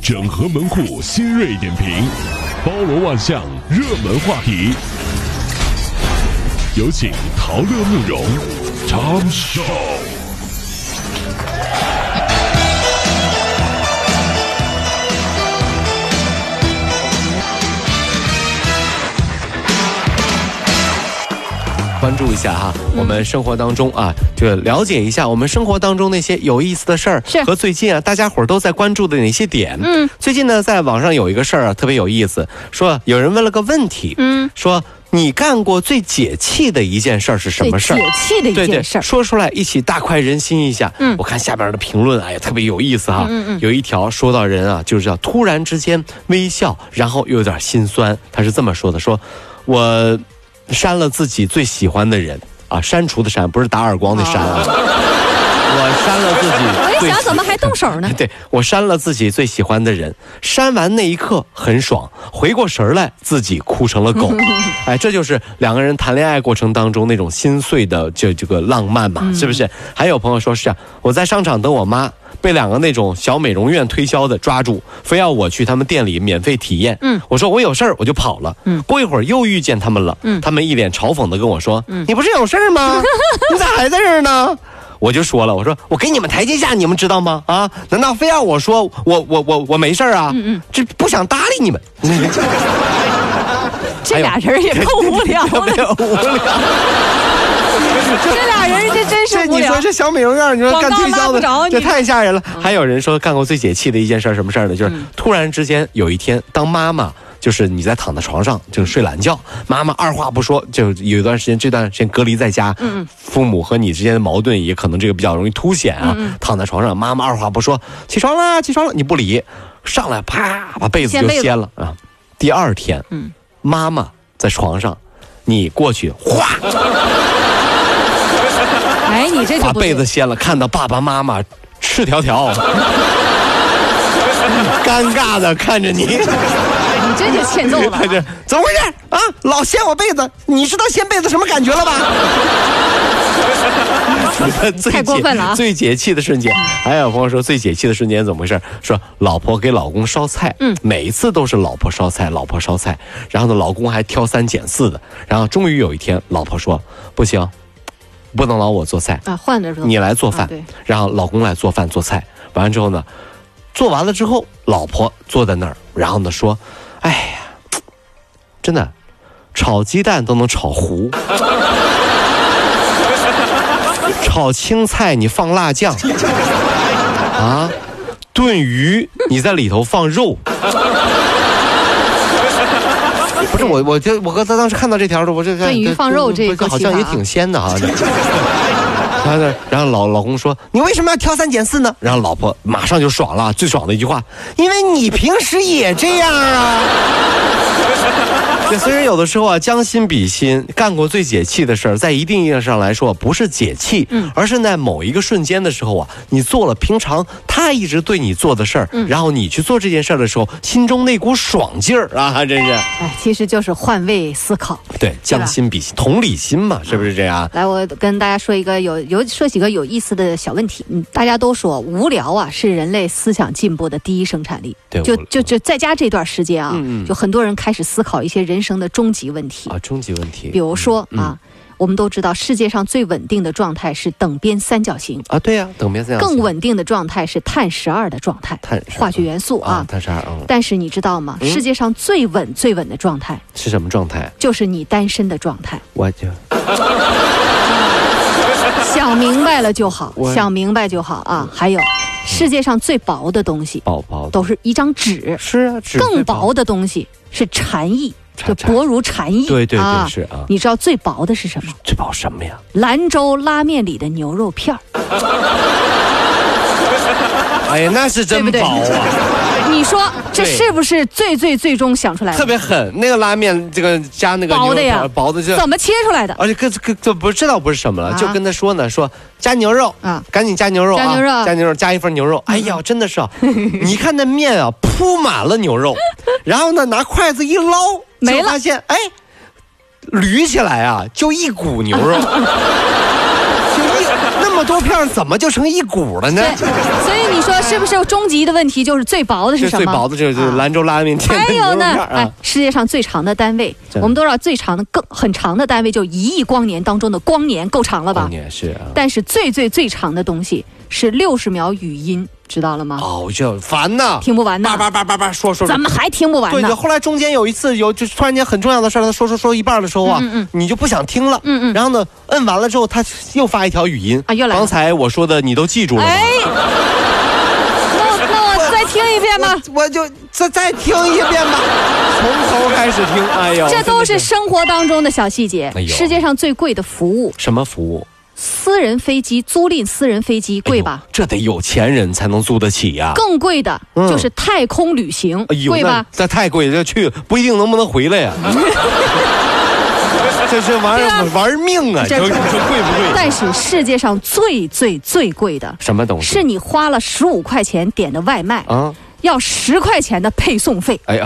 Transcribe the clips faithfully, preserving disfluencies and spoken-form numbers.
整合门户新锐点评，包罗万象，热门话题。有请陶乐慕容长寿。 关注一下哈，我们生活当中啊，这个了解一下我们生活当中那些有意思的事儿，和最近啊大家伙儿都在关注的哪些点。嗯，最近呢，在网上有一个事儿啊，特别有意思，说有人问了个问题，嗯，说你干过最解气的一件事儿是什么事儿？ 解气的一件事儿， 说出来一起大快人心一下。嗯，我看下边的评论，哎呀，特别有意思哈。嗯嗯，有一条说到人啊，就是叫突然之间微笑，然后又有点心酸。他是这么说的：说我删了自己最喜欢的人啊，删除的删，不是打耳光的删啊。我删了自己， 我一想怎么还动手呢？ 对，我删了自己最喜欢的人，删完那一刻很爽，回过神来自己哭成了狗。哎，这就是两个人谈恋爱过程当中那种心碎的这这个浪漫嘛，是不是？还有朋友说是啊，我在商场等我妈，被两个那种小美容院推销的抓住，非要我去他们店里免费体验。嗯，我说我有事儿，我就跑了。嗯，过一会儿又遇见他们了。嗯，他们一脸嘲讽的跟我说：“嗯，你不是有事儿吗？你咋还在这儿呢？”我就说了，我说我给你们台阶下，你们知道吗？啊，难道非要我说我我我我没事啊？嗯嗯，这不想搭理你们。 这俩人也够无聊的， 无聊。 这俩人这真是无聊。 你说这小美容院，你说干推销的，这太吓人了。还有人说干过最解气的一件事，什么事儿呢？就是突然之间有一天，当妈妈。就是你在躺在床上就是睡懒觉，妈妈二话不说就有一段时间，这段时间隔离在家，嗯，父母和你之间的矛盾也可能这个比较容易凸显啊。嗯、躺在床上，妈妈二话不说，起床了，起床了，你不理，上来啪把被子就掀了啊。第二天，嗯，妈妈在床上，你过去哗， 哎，你这就把被子掀了，看到爸爸妈妈赤条条，尴尬的看着你。 你这就欠揍了、啊！ 怎么回事啊？老掀我被子，你知道掀被子什么感觉了吧？ 太过分了啊！ 最解气的瞬间，还有朋友说最解气的瞬间怎么回事？说老婆给老公烧菜，嗯，每一次都是老婆烧菜，老婆烧菜，然后呢，老公还挑三拣四的，然后终于有一天，老婆说不行，不能老我做菜啊，换着你来做饭、啊，对，然后老公来做饭做菜，完了之后呢，做完了之后，老婆坐在那儿，然后呢说。哎呀，真的，炒鸡蛋都能炒糊，炒青菜你放辣酱，啊，炖鱼你在里头放肉，不是我，我这我哥他当时看到这条的，我这炖鱼放肉这个好像也挺鲜的啊。然后老老公说：“你为什么要挑三拣四呢？”然后老婆马上就爽了，最爽的一句话：“因为你平时也这样啊。”虽然有的时候啊，将心比心，干过最解气的事儿，在一定意义上来说，不是解气，嗯，而是在某一个瞬间的时候啊，你做了平常他一直对你做的事儿，嗯，然后你去做这件事儿的时候，心中那股爽劲儿啊，真是。 哎，其实就是换位思考， 对，将心比心，同理心嘛，是不是这样？ 来，我跟大家说一个有有说几个有意思的小问题。嗯，大家都说无聊啊是人类思想进步的第一生产力。对，就就就在家这段时间啊，嗯嗯，就很多人开始思考一些人生的终极问题啊，终极问题。 比如说、嗯、啊，我们都知道世界上最稳定的状态是等边三角形啊，对呀、啊，等边三角形。更稳定的状态是碳十二的状态，碳化学元素啊， 碳十二。嗯。 但是你知道吗？嗯、世界上最稳最稳的状态是什么状态？ 就是你单身的状态。 我就。 想明白了就好，想明白就好啊！还有，世界上最薄的东西， 薄薄都是一张纸。 是啊，纸更薄的东西是禅意，就薄如禅意。 对对对， 啊、 是啊。 你知道最薄的是什么？ 最薄什么呀？ 兰州拉面里的牛肉片儿。 哎呀，那是真薄啊！对对你说这是不是最最最终想出来的？ 特别狠，那个拉面这个加那个薄的呀， 薄的怎么切出来的？ 而且跟跟这不知道不是什么了，啊、就跟他说呢，说加牛肉啊，赶紧加牛肉啊， 加牛肉， 加牛肉，加一份牛肉。哎呀，真的是啊，你看那面啊，铺满了牛肉，然后呢，拿筷子一捞， 没了， 发现哎，捋起来啊，就一股牛肉。那么多片怎么就成一股了呢？ 所以你你说是不是终极的问题就是最薄的是什么？ 最薄的就是兰州拉面店的还有呢， 啊、 哎，世界上最长的单位，我们都知道最长的更很长的单位就一亿光年当中的光年够长了吧？ 光年是啊。 但是最最最长的东西是六十秒语音。知道了吗？ 哦，就烦呐， 听不完呐， 叭叭叭叭叭说说， 咱们还听不完呢。 对，后来中间有一次有就突然间很重要的事儿，他说说说一半的时候啊，嗯嗯你就不想听了，嗯嗯，然后呢，摁完了之后他又发一条语音啊，又来了。 刚才我说的你都记住了吗？哎， 那那我再听一遍吧， 我, 我就再再听一遍吧，从头开始听。哎呦， 这都是生活当中的小细节。哎、世界上最贵的服务， 什么服务？ 私人飞机，租赁私人飞机贵吧、哎？ 这得有钱人才能租得起呀、啊。 更贵的就是太空旅行，嗯、贵吧？ 这太贵，这去不一定能不能回来呀、啊。这是玩、啊、玩命啊！你说贵不贵？ 但是世界上最最最贵的什么东西？ 是你花了十五块钱点的外卖啊，要十块钱的配送费。哎呀！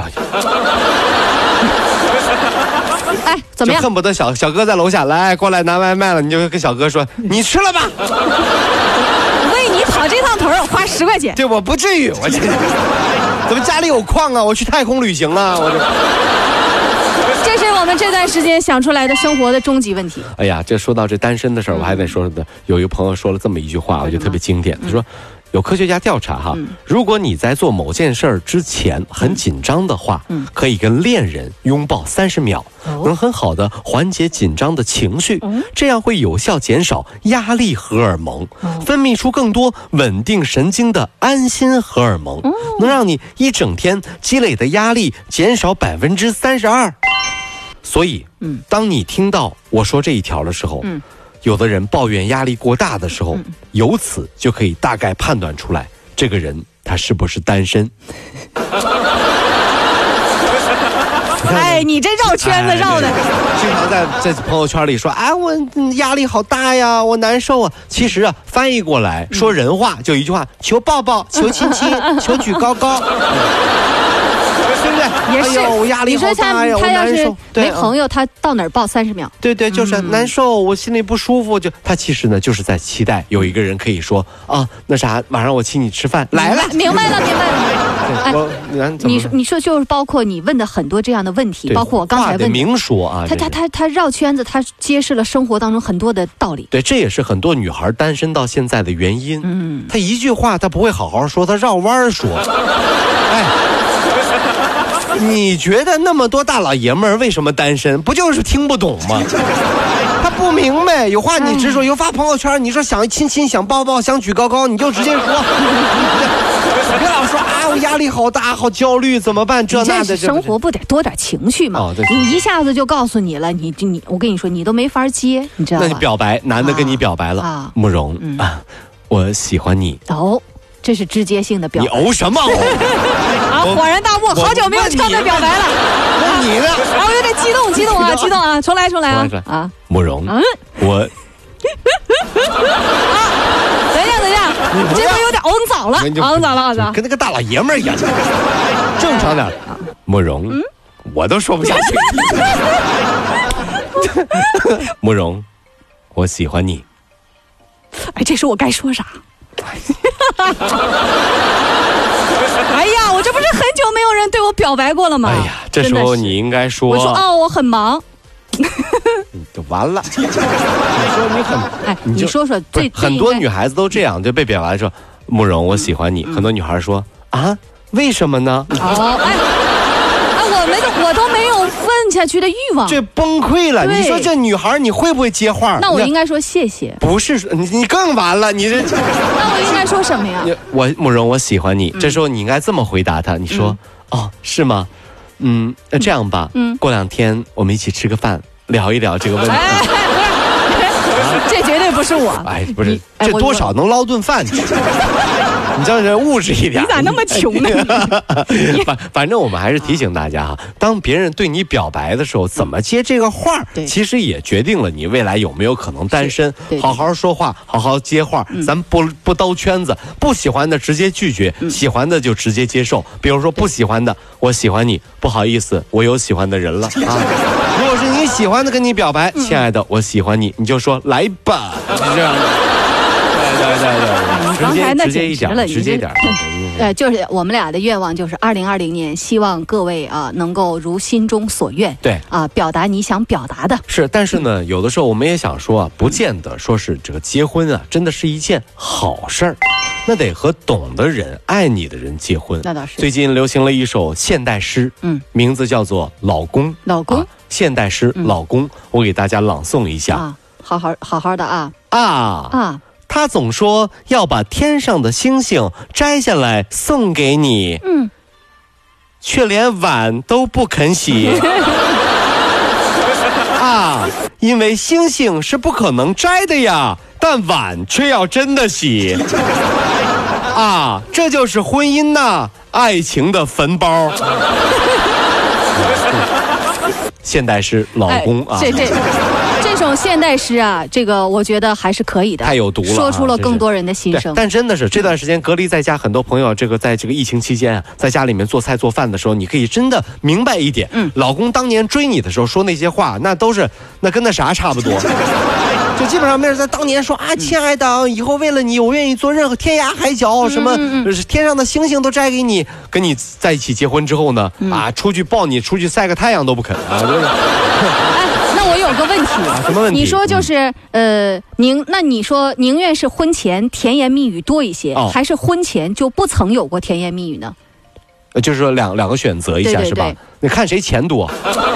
哎，怎么样？ 就恨不得小小哥在楼下来过来拿外卖了，你就跟小哥说：“你吃了吧。” 为你跑这趟腿儿，我花十块钱。 对，我不至于，我这怎么家里有矿啊？我去太空旅行了，我这。这是我们这段时间想出来的生活的终极问题。 哎呀，这说到这单身的事儿，我还得说的，有一个朋友说了这么一句话，我觉得特别经典。他说。有科学家调查哈，嗯、如果你在做某件事儿之前很紧张的话，嗯、可以跟恋人拥抱三十秒，哦、能很好的缓解紧张的情绪，嗯、这样会有效减少压力荷尔蒙，哦、分泌出更多稳定神经的安心荷尔蒙，哦、能让你一整天积累的压力减少百分之三十二。所以，嗯、当你听到我说这一条的时候，嗯有的人抱怨压力过大的时候，嗯、由此就可以大概判断出来，这个人他是不是单身。 哎，你这绕圈子绕的， 哎、经常在在朋友圈里说，哎，我压力好大呀，我难受啊。其实啊，翻译过来说人话，就一句话：求抱抱，求亲亲，求举高高。对不对？ 也是， 哎呦，我压力好大呀， 他要是没朋友， 啊、 他到哪儿抱三十秒？ 对对，就是难受，嗯、我心里不舒服。就他其实呢，就是在期待有一个人可以说啊，那啥，晚上我请你吃饭，来了， 明白了，明白了。 哎， 你说，你说，就是包括你问的很多这样的问题，包括我刚才问的， 明说啊， 他他他他绕圈子，他揭示了生活当中很多的道理。 对，这也是很多女孩单身到现在的原因。嗯，他一句话他不会好好说，他绕弯说。哎。你觉得那么多大老爷们儿为什么单身？不就是听不懂吗？他不明白，有话你直说，有发朋友圈，你说想亲亲，想抱抱，想举高高，你就直接说。别老说啊，我压力好大，好焦虑，怎么办？这那的。 生活不得多点情绪吗？哦、你一下子就告诉你了，你你，我跟你说，你都没法接，你知道吗？ 那你表白，男的跟你表白了，啊、慕容、嗯、啊，我喜欢你。 哦。这是直接性的表白。 你哦什么哦？ 啊，恍然大悟，好久没有这样的表白了。 问你呢？ 啊，我有点激动，激动啊，激动啊！重来，重来啊！啊， 慕容，嗯，我。啊， 等一下，等一下，这回有点昂早了，昂早了，昂早， 跟那个大老爷们儿一样，正常点。慕容，嗯，我都说不下去。慕容，我喜欢你。 哎，这是我该说啥？哎呀，我这不是很久没有人对我表白过了吗？ 哎呀，这时候你应该说， 我说哦，我很忙， 就完了。你说你很， 哎，你说说最很多女孩子都这样，就被表白说，慕容，我喜欢你。很多女孩说啊，为什么呢？ 哦，哎，哎，我们我都没有问下去的欲望， 这崩溃了。你说这女孩你会不会接话？ 那我应该说谢谢。 不是，你你更完了，你这。 那我应该说什么呀？ 我慕容，我喜欢你。这时候你应该这么回答他，你说、嗯、哦，是吗？嗯，那这样吧，嗯，过两天我们一起吃个饭，聊一聊这个问题。哎这绝对不是我。 哎，不是，这多少能捞顿饭去。你这人务实一点。 你咋那么穷呢？ 反反正我们还是提醒大家哈，当别人对你表白的时候，怎么接这个话，其实也决定了你未来有没有可能单身。好好说话，好好接话，嗯、咱不不兜圈子，不喜欢的直接拒绝，嗯、喜欢的就直接接受。比如说不喜欢的，我喜欢你，不好意思，我有喜欢的人了啊。如果是你喜欢的跟你表白，嗯、亲爱的，我喜欢你，你就说来吧，是这样的。对对对对， 你刚才那简直了， 直接一点， 呃，就是我们俩的愿望就是二零二零年，希望各位啊能够如心中所愿， 对啊，表达你想表达的。 是，但是呢，有的时候我们也想说啊，不见得说是这个结婚啊，真的是一件好事儿。那得和懂的人、爱你的人结婚。 那倒是。 最近流行了一首现代诗，嗯，名字叫做《老公》。 老公，啊、 现代诗《嗯、老公》，我给大家朗诵一下。 啊，好好好好的啊啊啊！ 他总说要把天上的星星摘下来送给你，嗯，却连碗都不肯洗。啊，因为星星是不可能摘的呀。但碗却要真的洗啊，这就是婚姻呐，爱情的坟包。现代诗老公啊， 这这这种现代诗啊，这个我觉得还是可以的， 太有毒了， 说出了更多人的心声。 但真的是这段时间隔离在家，很多朋友这个在这个疫情期间啊，在家里面做菜做饭的时候，你可以真的明白一点，嗯，老公当年追你的时候说那些话，那都是那跟那啥差不多。就基本上没人在当年说啊，亲爱的，以后为了你，我愿意做任何天涯海角，什么天上的星星都摘给你。跟你在一起结婚之后呢，啊，出去抱你出去晒个太阳都不肯啊。 哎，那我有个问题， 啊、什么问题？ 你说就是呃，宁那你说宁愿是婚前甜言蜜语多一些，哦、还是婚前就不曾有过甜言蜜语呢？ 呃，就是说两两个选择一下，对对对，是吧？你看谁钱多。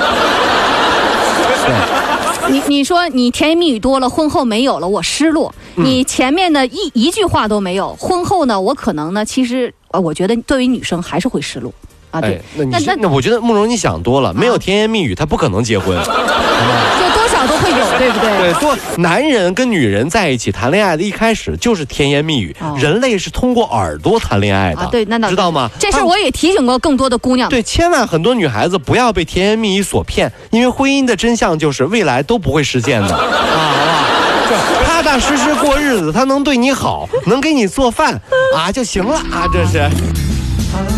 对。 你你说你甜言蜜语多了，婚后没有了，我失落。嗯、你前面的一一句话都没有，婚后呢，我可能呢，其实呃，我觉得对于女生还是会失落啊。对， 哎、那你那那我觉得慕容你想多了，没有甜言蜜语，他不可能结婚。 就多少都会有，对不对？ 对，多男人跟女人在一起谈恋爱的一开始就是甜言蜜语，哦、人类是通过耳朵谈恋爱的，啊、 对，那知道吗？ 这事我也提醒过更多的姑娘。 对，千万很多女孩子不要被甜言蜜语所骗，因为婚姻的真相就是未来都不会实现的啊，好不好？就踏踏实实过日子，他能对你好，能给你做饭啊就行了啊，这是。